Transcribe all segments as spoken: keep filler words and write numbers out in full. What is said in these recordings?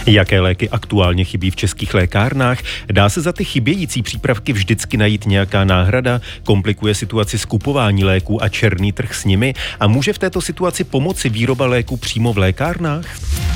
Jaké léky aktuálně chybí v českých lékárnách? Dá se za ty chybějící přípravky vždycky najít nějaká náhrada? Komplikuje situaci skupování léků a černý trh s nimi? A může v této situaci pomoci výroba léků přímo v lékárnách?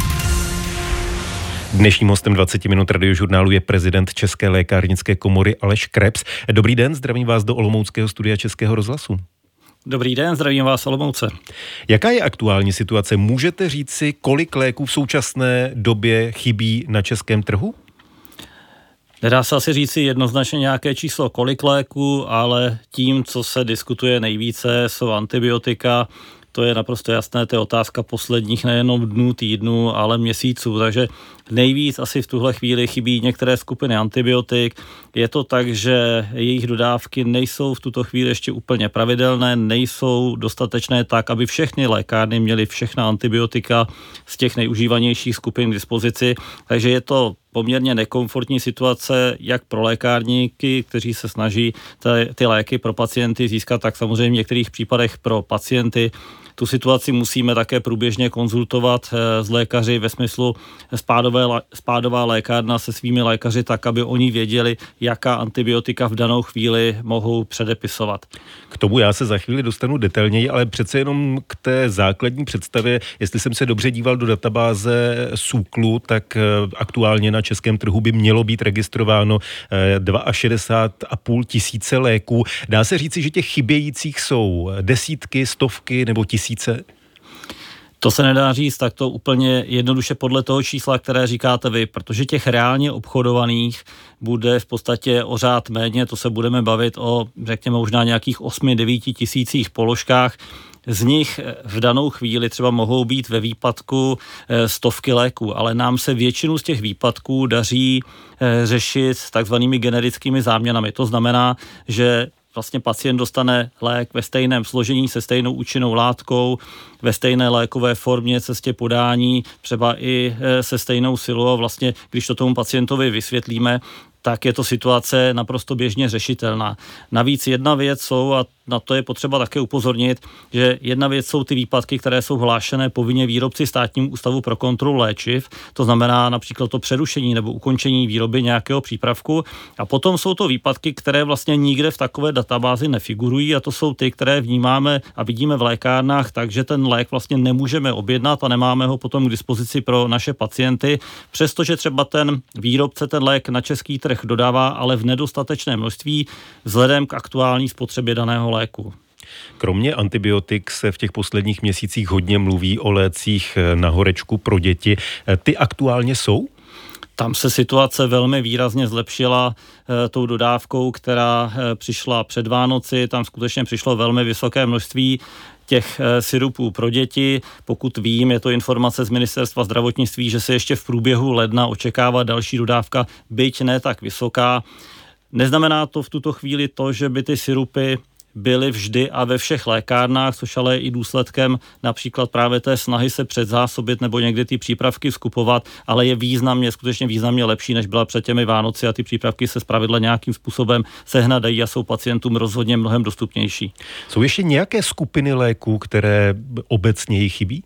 Dnešním hostem dvacet minut radiožurnálu je prezident České lékárnické komory Aleš Krebs. Dobrý den, zdravím vás do olomouckého studia Českého rozhlasu. Dobrý den, zdravím vás, Olomouce. Jaká je aktuální situace? Můžete říci, kolik léků v současné době chybí na českém trhu? Nedá se asi říci jednoznačně nějaké číslo, kolik léků, ale tím, co se diskutuje nejvíce, jsou antibiotika. To je naprosto jasné, to je otázka posledních nejenom dnů, týdnů, ale měsíců. Takže nejvíc asi v tuhle chvíli chybí některé skupiny antibiotik. Je to tak, že jejich dodávky nejsou v tuto chvíli ještě úplně pravidelné, nejsou dostatečné tak, aby všechny lékárny měly všechna antibiotika z těch nejužívanějších skupin k dispozici. Takže je to poměrně nekomfortní situace jak pro lékárníky, kteří se snaží ty, ty léky pro pacienty získat, tak samozřejmě v některých případech pro pacienty. Tu situaci musíme také průběžně konzultovat s lékaři ve smyslu spádové, spádová lékárna se svými lékaři tak, aby oni věděli, jaká antibiotika v danou chvíli mohou předepisovat. K tomu já se za chvíli dostanu detailněji, ale přece jenom k té základní představě, jestli jsem se dobře díval do databáze SÚKLu, tak aktuálně na českém trhu by mělo být registrováno šedesát dva a půl tisíce léků. Dá se říci, že těch chybějících jsou desítky, stovky nebo tisíce? To se nedá říct takto úplně jednoduše podle toho čísla, které říkáte vy, protože těch reálně obchodovaných bude v podstatě o řád méně, to se budeme bavit o, řekněme, možná nějakých osmi devíti tisících položkách. Z nich v danou chvíli třeba mohou být ve výpadku stovky léků, ale nám se většinu z těch výpadků daří řešit takzvanými generickými záměnami. To znamená, že vlastně pacient dostane lék ve stejném složení se stejnou účinnou látkou, ve stejné lékové formě, cestě podání, třeba i se stejnou silou. A vlastně, když to tomu pacientovi vysvětlíme, tak je to situace naprosto běžně řešitelná. Navíc jedna věc jsou, a na to je potřeba také upozornit, že jedna věc jsou ty výpadky, které jsou hlášené povinně výrobci Státnímu ústavu pro kontrolu léčiv, to znamená například to přerušení nebo ukončení výroby nějakého přípravku, a potom jsou to výpadky, které vlastně nikde v takové databázi nefigurují, a to jsou ty, které vnímáme a vidíme v lékárnách, takže ten lék vlastně nemůžeme objednat a nemáme ho potom k dispozici pro naše pacienty, přestože třeba ten výrobce ten lék na český trh dodává, ale v nedostatečné množství vzhledem k aktuální spotřebě daného léku. Kromě antibiotik se v těch posledních měsících hodně mluví o lécích na horečku pro děti. Ty aktuálně jsou? Tam se situace velmi výrazně zlepšila e, tou dodávkou, která e, přišla před Vánoci. Tam skutečně přišlo velmi vysoké množství těch e, sirupů pro děti. Pokud vím, je to informace z Ministerstva zdravotnictví, že se ještě v průběhu ledna očekává další dodávka, byť ne tak vysoká. Neznamená to v tuto chvíli to, že by ty sirupy byly vždy a ve všech lékárnách, což ale je i důsledkem například právě té snahy se předzásobit nebo někdy ty přípravky skupovat, ale je významně, skutečně významně lepší, než byla před těmi Vánoci, a ty přípravky se zpravidla nějakým způsobem sehnadají a jsou pacientům rozhodně mnohem dostupnější. Jsou ještě nějaké skupiny léků, které obecně chybí?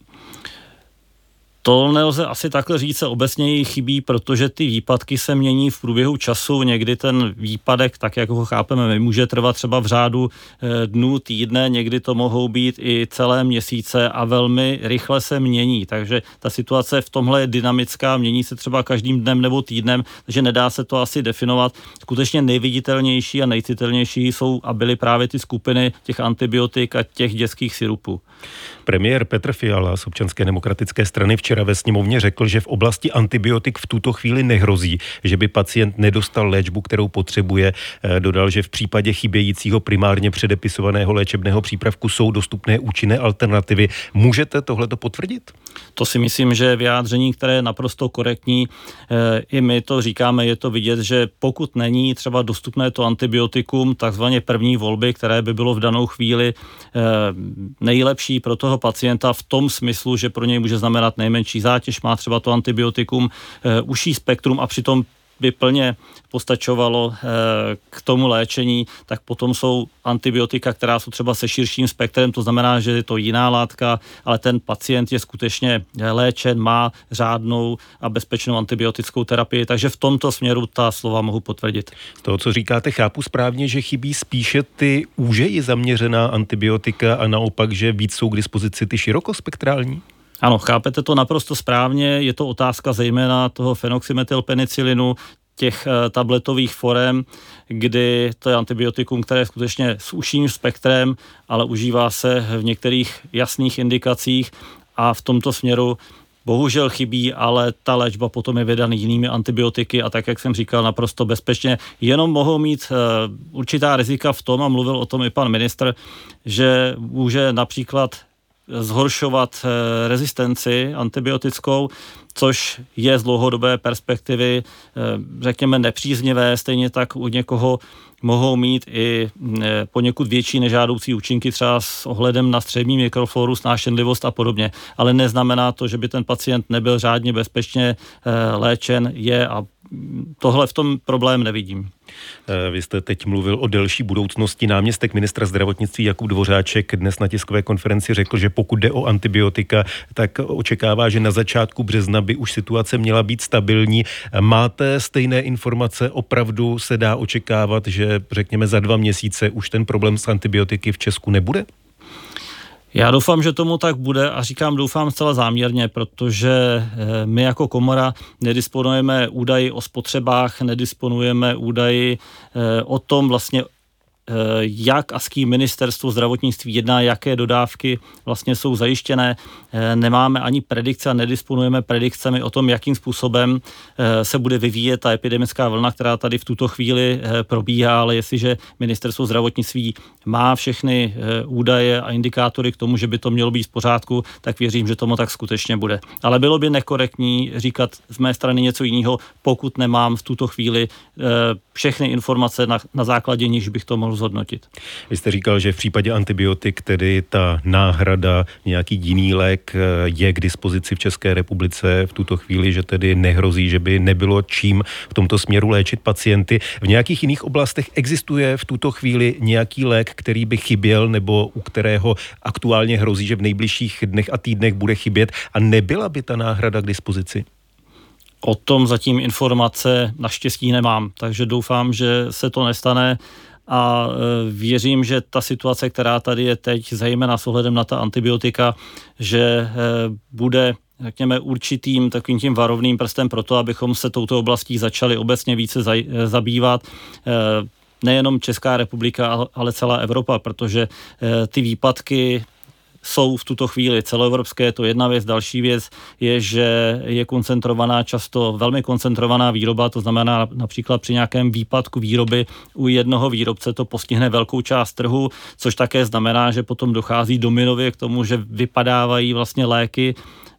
To nelze asi takhle říct, se obecně chybí, protože ty výpadky se mění v průběhu času. Někdy ten výpadek, tak jak ho chápeme my, může trvat třeba v řádu dnů, týdne, někdy to mohou být i celé měsíce a velmi rychle se mění. Takže ta situace v tomhle je dynamická, mění se třeba každým dnem nebo týdnem, takže nedá se to asi definovat. Skutečně nejviditelnější a nejcitelnější jsou a byly právě ty skupiny těch antibiotik a těch dětských sirupů. Premiér Petr Fiala z Občanské demokratické strany včera ve sněmovně řekl, že v oblasti antibiotik v tuto chvíli nehrozí, že by pacient nedostal léčbu, kterou potřebuje. Dodal, že v případě chybějícího primárně předepisovaného léčebného přípravku jsou dostupné účinné alternativy. Můžete tohleto potvrdit? To si myslím, že je vyjádření, které je naprosto korektní. I my to říkáme, je to vidět, že pokud není třeba dostupné to antibiotikum, takzvaně první volby, které by bylo v danou chvíli nejlepší pro toho pacienta v tom smyslu, že pro něj může znamenat nejmenší zátěž, má třeba to antibiotikum, užší spektrum a přitom by plně postačovalo k tomu léčení, tak potom jsou antibiotika, která jsou třeba se širším spektrem, to znamená, že je to jiná látka, ale ten pacient je skutečně léčen, má řádnou a bezpečnou antibiotickou terapii, takže v tomto směru ta slova mohu potvrdit. Z toho, co říkáte, chápu správně, že chybí spíše ty úžeji zaměřená antibiotika a naopak, že víc jsou k dispozici ty širokospektrální? Ano, chápete to naprosto správně, je to otázka zejména toho fenoxymetylpenicilinu, těch tabletových forem, kdy to je antibiotikum, které je skutečně s užším spektrem, ale užívá se v některých jasných indikacích a v tomto směru bohužel chybí, ale ta léčba potom je vydaná jinými antibiotiky a tak, jak jsem říkal, naprosto bezpečně. Jenom mohou mít uh, určitá rizika v tom, a mluvil o tom i pan ministr, že může například zhoršovat uh, rezistenci antibiotickou, což je z dlouhodobé perspektivy, uh, řekněme, nepříznivé. Stejně tak u někoho mohou mít i poněkud větší nežádoucí účinky třeba s ohledem na střevní mikroflóru, snášenlivost a podobně. Ale neznamená to, že by ten pacient nebyl řádně bezpečně léčen, je a tohle v tom problém nevidím. Vy jste teď mluvil o delší budoucnosti. Náměstek ministra zdravotnictví Jakub Dvořáček dnes na tiskové konferenci řekl, že pokud jde o antibiotika, tak očekává, že na začátku března by už situace měla být stabilní. Máte stejné informace? Opravdu se dá očekávat, že řekněme za dva měsíce už ten problém s antibiotiky v Česku nebude? Já doufám, že tomu tak bude a říkám doufám zcela záměrně, protože my jako komora nedisponujeme údaji o spotřebách, nedisponujeme údaji o tom vlastně, jak a s kým ministerstvo zdravotnictví jedná, jaké dodávky vlastně jsou zajištěné. Nemáme ani predikce a nedisponujeme predikcemi o tom, jakým způsobem se bude vyvíjet ta epidemická vlna, která tady v tuto chvíli probíhá, ale jestliže ministerstvo zdravotnictví má všechny údaje a indikátory k tomu, že by to mělo být v pořádku, tak věřím, že tomu tak skutečně bude. Ale bylo by nekorektní říkat z mé strany něco jiného, pokud nemám v tuto chvíli všechny informace, na, na základě nichž bych to mohl zhodnotit. Vy jste říkal, že v případě antibiotik, tedy ta náhrada, nějaký jiný lék je k dispozici v České republice v tuto chvíli, že tedy nehrozí, že by nebylo čím v tomto směru léčit pacienty. V nějakých jiných oblastech existuje v tuto chvíli nějaký lék, který by chyběl nebo u kterého aktuálně hrozí, že v nejbližších dnech a týdnech bude chybět a nebyla by ta náhrada k dispozici? O tom zatím informace naštěstí nemám, takže doufám, že se to nestane a věřím, že ta situace, která tady je teď, zejména s ohledem na ta antibiotika, že bude, řekněme, určitým takovým tím varovným prstem pro to, abychom se touto oblastí začali obecně více zabývat. Nejenom Česká republika, ale celá Evropa, protože ty výpadky jsou v tuto chvíli celoevropské, to je jedna věc. Další věc je, že je koncentrovaná často velmi koncentrovaná výroba, to znamená například při nějakém výpadku výroby u jednoho výrobce to postihne velkou část trhu, což také znamená, že potom dochází dominově k tomu, že vypadávají vlastně léky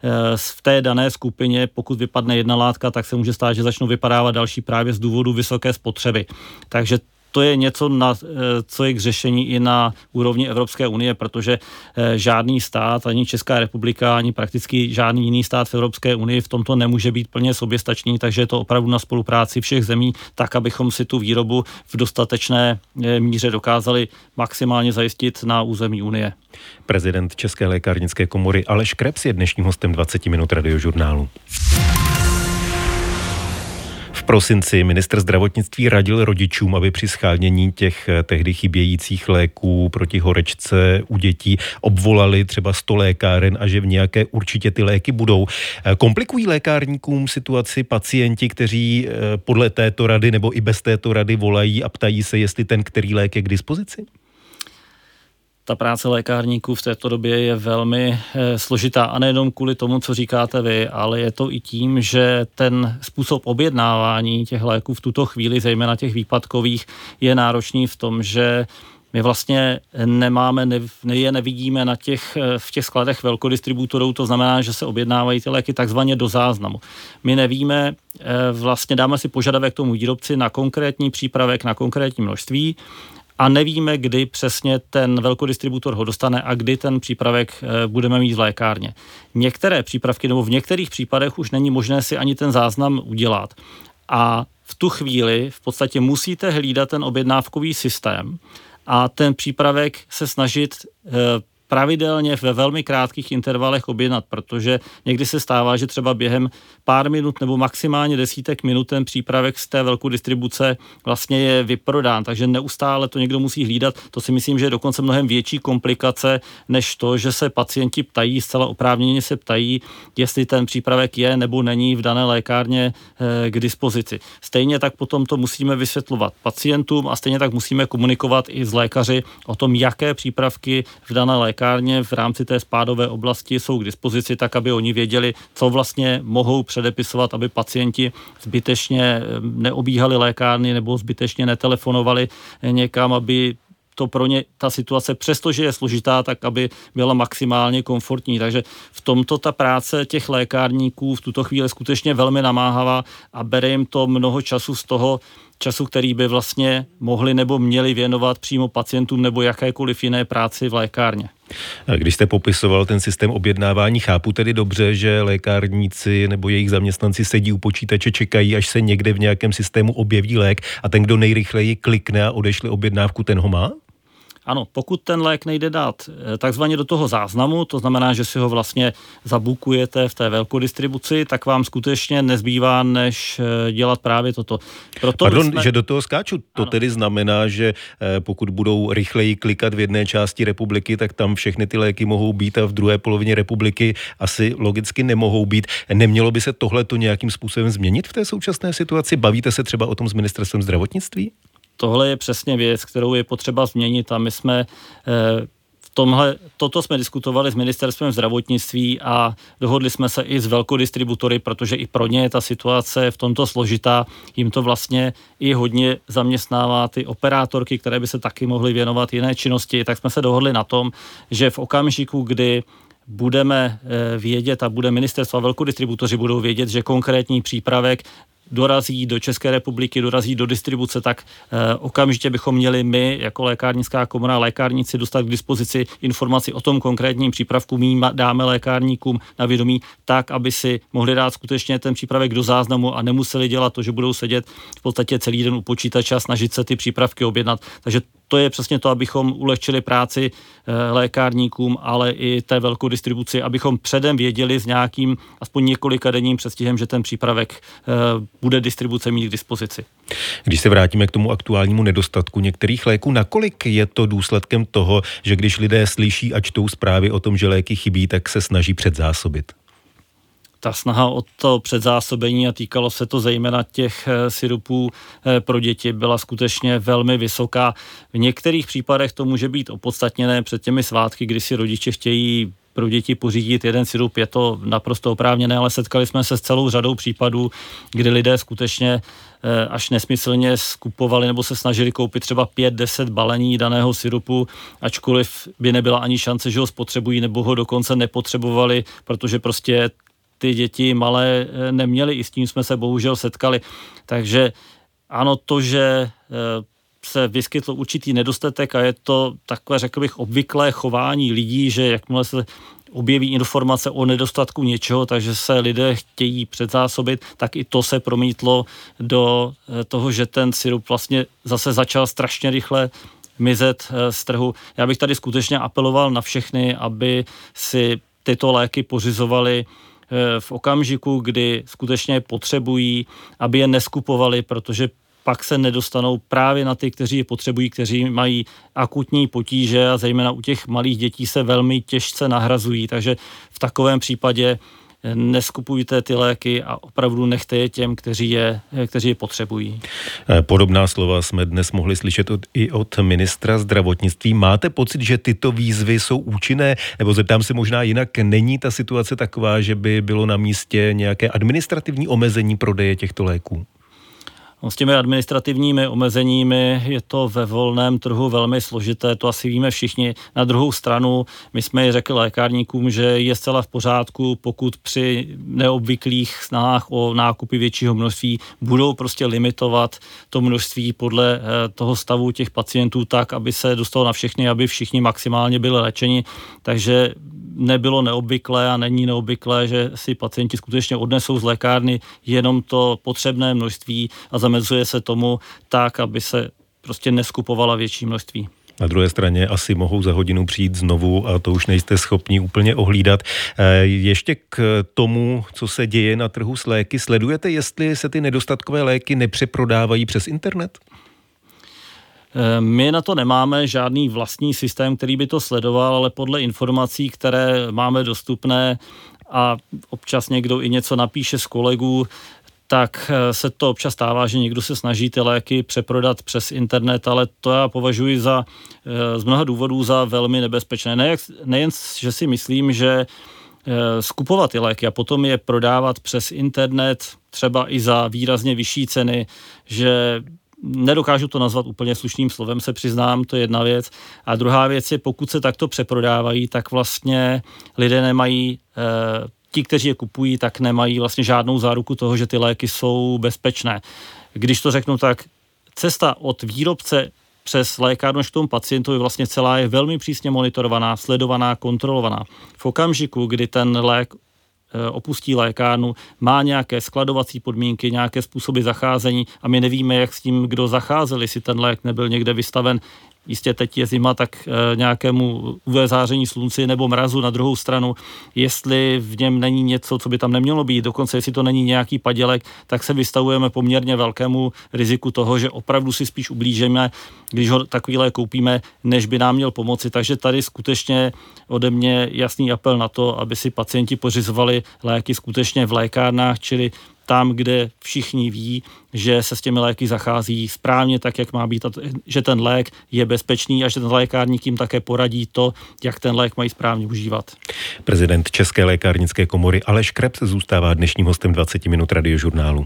v té dané skupině. Pokud vypadne jedna látka, tak se může stát, že začnou vypadávat další právě z důvodu vysoké spotřeby. Takže to je něco, na, co je k řešení i na úrovni Evropské unie, protože žádný stát, ani Česká republika, ani prakticky žádný jiný stát v Evropské unii v tomto nemůže být plně soběstačný, takže je to opravdu na spolupráci všech zemí, tak, abychom si tu výrobu v dostatečné míře dokázali maximálně zajistit na území Unie. Prezident České lékárnické komory Aleš Krebs je dnešním hostem dvacet minut Radiožurnálu. V prosinci ministr zdravotnictví radil rodičům, aby při shánění těch tehdy chybějících léků proti horečce u dětí obvolali třeba sto lékáren a že v nějaké určitě ty léky budou. Komplikují lékárníkům situaci pacienti, kteří podle této rady nebo i bez této rady volají a ptají se, jestli ten který lék je k dispozici? Ta práce lékárníků v této době je velmi e, složitá a nejenom kvůli tomu, co říkáte vy, ale je to i tím, že ten způsob objednávání těch léků v tuto chvíli, zejména těch výpadkových, je náročný v tom, že my vlastně nemáme, ne, je nevidíme na těch, v těch skladech velkodistributorů, to znamená, že se objednávají ty léky takzvaně do záznamu. My nevíme, vlastně dáme si požadavek tomu výrobci na konkrétní přípravek, na konkrétní množství, a nevíme, kdy přesně ten velkodistributor ho dostane a kdy ten přípravek budeme mít v lékárně. Některé přípravky nebo v některých případech už není možné si ani ten záznam udělat. A v tu chvíli v podstatě musíte hlídat ten objednávkový systém a ten přípravek se snažit pravidelně ve velmi krátkých intervalech objednat, protože někdy se stává, že třeba během pár minut nebo maximálně desítek minut ten přípravek z té velkou distribuce vlastně je vyprodán, takže neustále to někdo musí hlídat. To si myslím, že je dokonce mnohem větší komplikace, než to, že se pacienti ptají, zcela oprávněně se ptají, jestli ten přípravek je nebo není v dané lékárně e, k dispozici. Stejně tak potom to musíme vysvětlovat pacientům a stejně tak musíme komunikovat i s lékaři o tom, jaké přípravky v dané lékárně v rámci té spádové oblasti jsou k dispozici, tak aby oni věděli, co vlastně mohou předepisovat, aby pacienti zbytečně neobíhali lékárny nebo zbytečně netelefonovali někam, aby to pro ně ta situace, přestože je složitá, tak aby byla maximálně komfortní. Takže v tomto ta práce těch lékárníků v tuto chvíli skutečně velmi namáhavá a bere jim to mnoho času z toho času, který by vlastně mohli nebo měli věnovat přímo pacientům nebo jakékoliv jiné práci v lékárně. Když jste popisoval ten systém objednávání, chápu tedy dobře, že lékárníci nebo jejich zaměstnanci sedí u počítače, čekají, až se někde v nějakém systému objeví lék a ten, kdo nejrychleji klikne a odešle objednávku, ten ho má? Ano, pokud ten lék nejde dát takzvaně do toho záznamu, to znamená, že si ho vlastně zabukujete v té velkodistribuci, tak vám skutečně nezbývá, než dělat právě toto. Proto Pardon, jsme... že do toho skáču. To ano. Tedy znamená, že pokud budou rychleji klikat v jedné části republiky, tak tam všechny ty léky mohou být a v druhé polovině republiky asi logicky nemohou být. Nemělo by se tohleto nějakým způsobem změnit v té současné situaci? Bavíte se třeba o tom s ministerstvem zdravotnictví? Tohle je přesně věc, kterou je potřeba změnit a my jsme v tomhle, toto jsme diskutovali s ministerstvem zdravotnictví a dohodli jsme se i s velkodistributory, protože i pro ně je ta situace v tomto složitá. Jim to vlastně i hodně zaměstnává ty operátorky, které by se taky mohly věnovat jiné činnosti. Tak jsme se dohodli na tom, že v okamžiku, kdy budeme vědět a bude ministerstvo a velkodistributoři budou vědět, že konkrétní přípravek dorazí do České republiky, dorazí do distribuce, tak eh, okamžitě bychom měli my, jako lékárnická komora, lékárníci dostat k dispozici informaci o tom konkrétním přípravku, my dáme lékárníkům na vědomí tak, aby si mohli dát skutečně ten přípravek do záznamu a nemuseli dělat to, že budou sedět v podstatě celý den u počítače a snažit se ty přípravky objednat. Takže to je přesně to, abychom ulehčili práci e, lékárníkům, ale i té velkou distribuci, abychom předem věděli s nějakým aspoň několika denním předstihem, že ten přípravek e, bude distribuce mít k dispozici. Když se vrátíme k tomu aktuálnímu nedostatku některých léků, nakolik je to důsledkem toho, že když lidé slyší a čtou zprávy o tom, že léky chybí, tak se snaží předzásobit? Ta snaha o to předzásobení a týkalo se to zejména těch sirupů pro děti byla skutečně velmi vysoká. V některých případech to může být opodstatněné před těmi svátky, kdy si rodiče chtějí pro děti pořídit jeden sirup, je to naprosto oprávněné, ale setkali jsme se s celou řadou případů, kdy lidé skutečně až nesmyslně skupovali nebo se snažili koupit třeba pět deset balení daného sirupu, ačkoliv by nebyla ani šance, že ho spotřebují nebo ho dokonce nepotřebovali, protože prostě ty děti malé neměly, i s tím jsme se bohužel setkali. Takže ano, to, že se vyskytl určitý nedostatek a je to takové, řekl bych, obvyklé chování lidí, že jakmile se objeví informace o nedostatku něčeho, takže se lidé chtějí předzásobit, tak i to se promítlo do toho, že ten sirup vlastně zase začal strašně rychle mizet z trhu. Já bych tady skutečně apeloval na všechny, aby si tyto léky pořizovali v okamžiku, kdy skutečně potřebují, aby je neskupovali, protože pak se nedostanou právě na ty, kteří je potřebují, kteří mají akutní potíže a zejména u těch malých dětí se velmi těžce nahrazují. Takže v takovém případě neskupujte ty léky a opravdu nechte je těm, kteří je, kteří je potřebují. Podobná slova jsme dnes mohli slyšet od, i od ministra zdravotnictví. Máte pocit, že tyto výzvy jsou účinné? Nebo zeptám se možná jinak, není ta situace taková, že by bylo na místě nějaké administrativní omezení prodeje těchto léků? No, s těmi administrativními omezeními je to ve volném trhu velmi složité, to asi víme všichni. Na druhou stranu, my jsme ji řekli lékárníkům, že je zcela v pořádku, pokud při neobvyklých snahách o nákupy většího množství budou prostě limitovat to množství podle toho stavu těch pacientů tak, aby se dostalo na všechny, aby všichni maximálně byli léčeni. Takže nebylo neobvyklé a není neobvyklé, že si pacienti skutečně odnesou z lékárny jenom to potřebné množství a zamezuje se tomu tak, aby se prostě neskupovala větší množství. Na druhé straně asi mohou za hodinu přijít znovu a to už nejste schopni úplně ohlídat. Ještě k tomu, co se děje na trhu s léky, sledujete, jestli se ty nedostatkové léky nepřeprodávají přes internet? My na to nemáme žádný vlastní systém, který by to sledoval, ale podle informací, které máme dostupné a občas někdo i něco napíše z kolegů, tak se to občas stává, že někdo se snaží ty léky přeprodat přes internet, ale to já považuji za, z mnoha důvodů za velmi nebezpečné. Ne, nejen, že si myslím, že skupovat ty léky a potom je prodávat přes internet třeba i za výrazně vyšší ceny, že nedokážu to nazvat úplně slušným slovem, se přiznám, to je jedna věc. A druhá věc je, pokud se takto přeprodávají, tak vlastně lidé nemají, eh, ti, kteří je kupují, tak nemají vlastně žádnou záruku toho, že ty léky jsou bezpečné. Když to řeknu tak, cesta od výrobce přes lékárnu k tomu pacientovi vlastně celá je velmi přísně monitorovaná, sledovaná, kontrolovaná. V okamžiku, kdy ten lék opustí lékárnu, má nějaké skladovací podmínky, nějaké způsoby zacházení a my nevíme, jak s tím, kdo zacházel, jestli ten lék nebyl někde vystaven, jistě teď je zima, tak e, nějakému U V záření slunci nebo mrazu. Na druhou stranu, jestli v něm není něco, co by tam nemělo být, dokonce jestli to není nějaký padělek, tak se vystavujeme poměrně velkému riziku toho, že opravdu si spíš ublížíme, když ho takový lék koupíme, než by nám měl pomoci. Takže tady skutečně ode mě jasný apel na to, aby si pacienti pořizovali léky skutečně v lékárnách, čili tam, kde všichni ví, že se s těmi léky zachází správně tak, jak má být, a že ten lék je bezpečný a že ten lékárník jim také poradí to, jak ten lék mají správně užívat. Prezident České lékárnické komory Aleš Krebs zůstává dnešním hostem dvacet minut Radiožurnálu.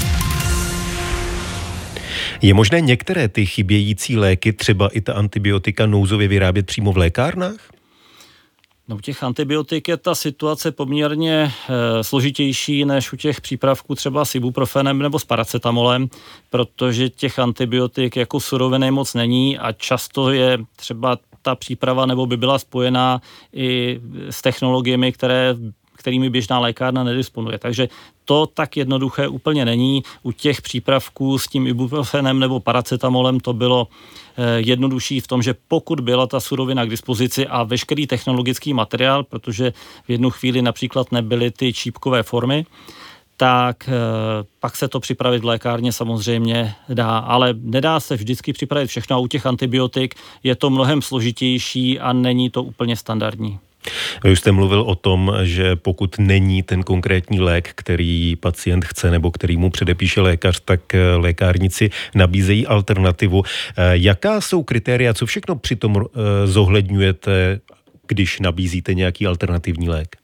Je možné některé ty chybějící léky, třeba i ta antibiotika, nouzově vyrábět přímo v lékárnách? No, u těch antibiotik je ta situace poměrně e, složitější než u těch přípravků třeba s ibuprofenem nebo s paracetamolem, protože těch antibiotik jako suroviny moc není a často je třeba ta příprava nebo by byla spojená i s technologiemi, které kterými běžná lékárna nedisponuje. Takže to tak jednoduché úplně není. U těch přípravků s tím ibuprofenem nebo paracetamolem to bylo eh, jednodušší v tom, že pokud byla ta surovina k dispozici a veškerý technologický materiál, protože v jednu chvíli například nebyly ty čípkové formy, tak e, pak se to připravit v lékárně samozřejmě dá, ale nedá se vždycky připravit všechno a u těch antibiotik je to mnohem složitější a není to úplně standardní. Vy už jste mluvil o tom, že pokud není ten konkrétní lék, který pacient chce nebo který mu předepíše lékař, tak lékárníci nabízejí alternativu. Jaká jsou kritéria, co všechno přitom zohledňujete, když nabízíte nějaký alternativní lék?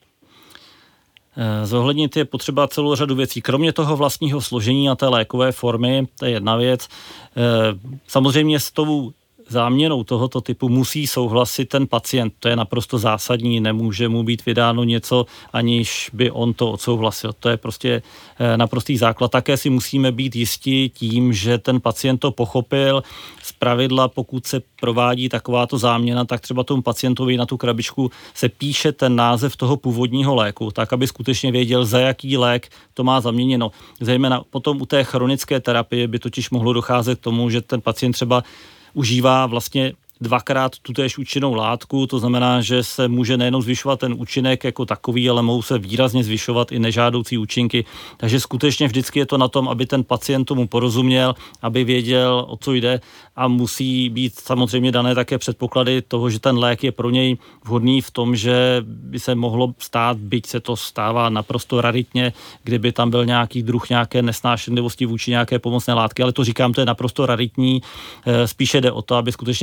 Zohlednit je potřeba celou řadu věcí. Kromě toho vlastního složení a té lékové formy, to je jedna věc. Samozřejmě s tou záměnou tohoto typu musí souhlasit ten pacient. To je naprosto zásadní, nemůže mu být vydáno něco, aniž by on to odsouhlasil. To je prostě naprostý základ. Také si musíme být jistí tím, že ten pacient to pochopil. Zpravidla, pokud se provádí takováto záměna, tak třeba tomu pacientovi na tu krabičku se píše ten název toho původního léku, tak aby skutečně věděl, za jaký lék to má zaměněno. Zejména potom u té chronické terapie by totiž mohlo docházet k tomu, že ten pacient třeba užívá vlastně dvakrát tutéž účinnou látku, to znamená, že se může nejenom zvyšovat ten účinek jako takový, ale mohou se výrazně zvyšovat i nežádoucí účinky. Takže skutečně vždycky je to na tom, aby ten pacient tomu porozuměl, aby věděl, o co jde a musí být samozřejmě dané také předpoklady toho, že ten lék je pro něj vhodný v tom, že by se mohlo stát, byť se to stává naprosto raritně, kdyby tam byl nějaký druh nějaké nesnášenlivosti vůči nějaké pomocné látky, ale to říkám, to je naprosto raritní. Spíše jde o to, aby skutečně všechno bylo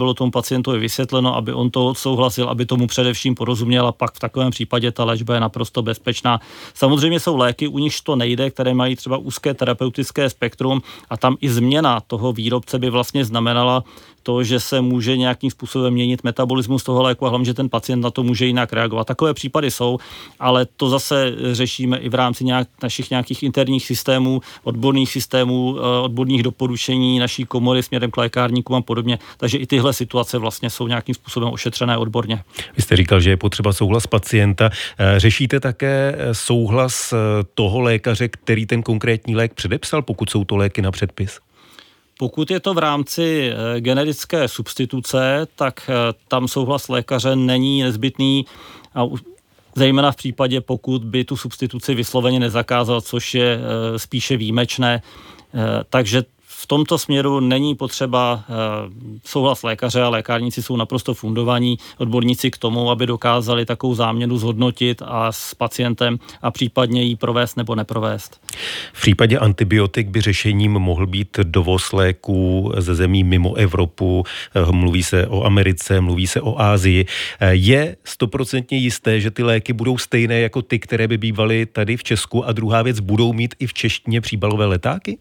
bylo tomu pacientovi vysvětleno, aby on to odsouhlasil, aby tomu především porozuměl a pak v takovém případě ta léčba je naprosto bezpečná. Samozřejmě jsou léky, u nichž to nejde, které mají třeba úzké terapeutické spektrum a tam i změna toho výrobce by vlastně znamenala to, že se může nějakým způsobem měnit metabolismus toho léku a hlavně, že ten pacient na to může jinak reagovat. Takové případy jsou, ale to zase řešíme i v rámci nějak, našich nějakých interních systémů, odborných systémů, odborných doporučení naší komory směrem k lékárníkům a podobně. Takže i tyhle situace vlastně jsou nějakým způsobem ošetřené odborně. Vy jste říkal, že je potřeba souhlas pacienta. Řešíte také souhlas toho lékaře, který ten konkrétní lék předepsal, pokud jsou to léky na předpis? Pokud je to v rámci generické substituce, tak tam souhlas lékaře není nezbytný, a zejména v případě, pokud by tu substituci vysloveně nezakázal, což je spíše výjimečné. Takže v tomto směru není potřeba souhlas lékaře a lékárníci jsou naprosto fundovaní odborníci k tomu, aby dokázali takovou záměnu zhodnotit a s pacientem a případně ji provést nebo neprovést. V případě antibiotik by řešením mohl být dovoz léků ze zemí mimo Evropu, mluví se o Americe, mluví se o Asii. Je stoprocentně jisté, že ty léky budou stejné jako ty, které by bývaly tady v Česku a druhá věc, budou mít i v češtině příbalové letáky?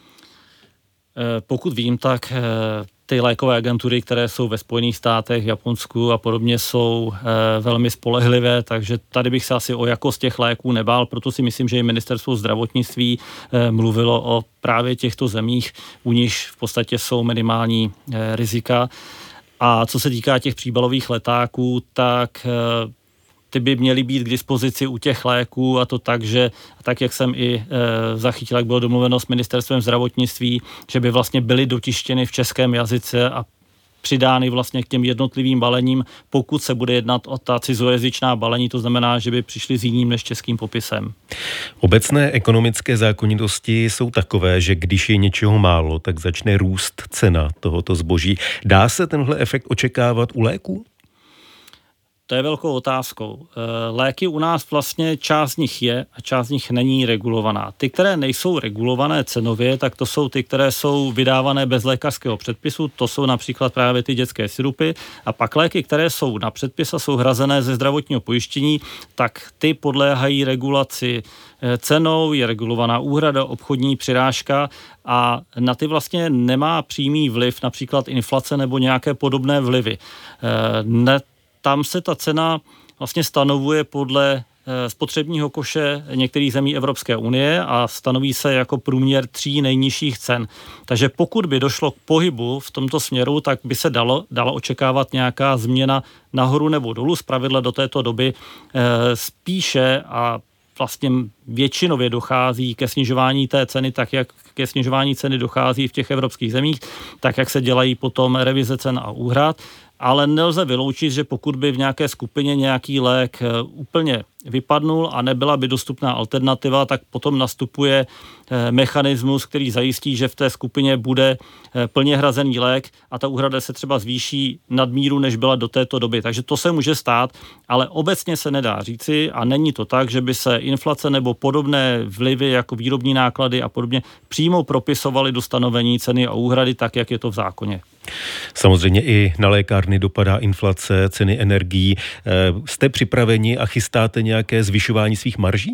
Pokud vím, tak ty lékové agentury, které jsou ve Spojených státech, Japonsku a podobně, jsou velmi spolehlivé, takže tady bych se asi o jakost těch léků nebál, proto si myslím, že i ministerstvo zdravotnictví mluvilo o právě těchto zemích, u nichž v podstatě jsou minimální rizika. A co se týká těch příbalových letáků, tak ty by měly být k dispozici u těch léků a to tak, že tak, jak jsem i e, zachytil, jak bylo domluveno s ministerstvem zdravotnictví, že by vlastně byly dotištěny v českém jazyce a přidány vlastně k těm jednotlivým balením, pokud se bude jednat o ta cizojazyčná balení, to znamená, že by přišli s jiným než českým popisem. Obecné ekonomické zákonitosti jsou takové, že když je něčeho málo, tak začne růst cena tohoto zboží. Dá se tenhle efekt očekávat u léků? To je velkou otázkou. Léky u nás vlastně část z nich je a část z nich není regulovaná. Ty, které nejsou regulované cenově, tak to jsou ty, které jsou vydávané bez lékařského předpisu, to jsou například právě ty dětské sirupy a pak léky, které jsou na předpis a jsou hrazené ze zdravotního pojištění, tak ty podléhají regulaci cenou, je regulovaná úhrada, obchodní přirážka a na ty vlastně nemá přímý vliv, například inflace nebo nějaké podobné vlivy. Ne, Tam se ta cena vlastně stanovuje podle spotřebního koše některých zemí Evropské unie a stanoví se jako průměr tří nejnižších cen. Takže pokud by došlo k pohybu v tomto směru, tak by se dalo, dalo očekávat nějaká změna nahoru nebo dolů. Zpravidla do této doby spíše a vlastně většinově dochází ke snižování té ceny, tak jak ke snižování ceny dochází v těch evropských zemích, tak jak se dělají potom revize cen a úhrad. Ale nelze vyloučit, že pokud by v nějaké skupině nějaký lék úplně vypadnul a nebyla by dostupná alternativa, tak potom nastupuje mechanismus, který zajistí, že v té skupině bude plně hrazený lék a ta úhrada se třeba zvýší nad míru, než byla do této doby. Takže to se může stát, ale obecně se nedá říci a není to tak, že by se inflace nebo podobné vlivy jako výrobní náklady a podobně přímo propisovaly do stanovení ceny a úhrady tak, jak je to v zákoně. Samozřejmě i na lékárny dopadá inflace, ceny energií. Jste připraveni a chystáte nějaké zvyšování svých marží?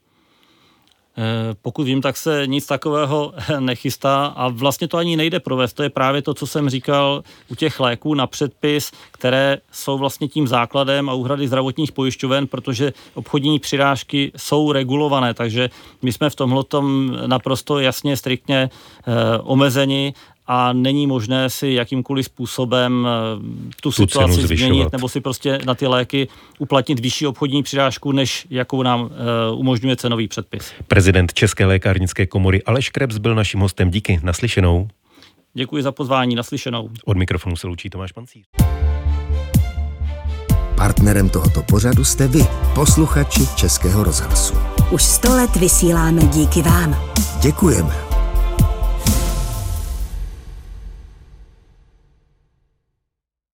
Pokud vím, tak se nic takového nechystá a vlastně to ani nejde provést. To je právě to, co jsem říkal u těch léků na předpis, které jsou vlastně tím základem a úhrady zdravotních pojišťoven, protože obchodní přirážky jsou regulované, takže my jsme v tomhletom naprosto jasně, striktně eh, omezeni a není možné si jakýmkoliv způsobem tu, tu situaci změnit nebo si prostě na ty léky uplatnit vyšší obchodní přirážku, než jakou nám uh, umožňuje cenový předpis. Prezident České lékárnické komory Aleš Krebs byl naším hostem. Díky, naslyšenou. Děkuji za pozvání, naslyšenou. Od mikrofonu se loučí Tomáš Pancíř. Partnerem tohoto pořadu jste vy, posluchači Českého rozhlasu. Už sto let vysíláme díky vám. Děkujeme.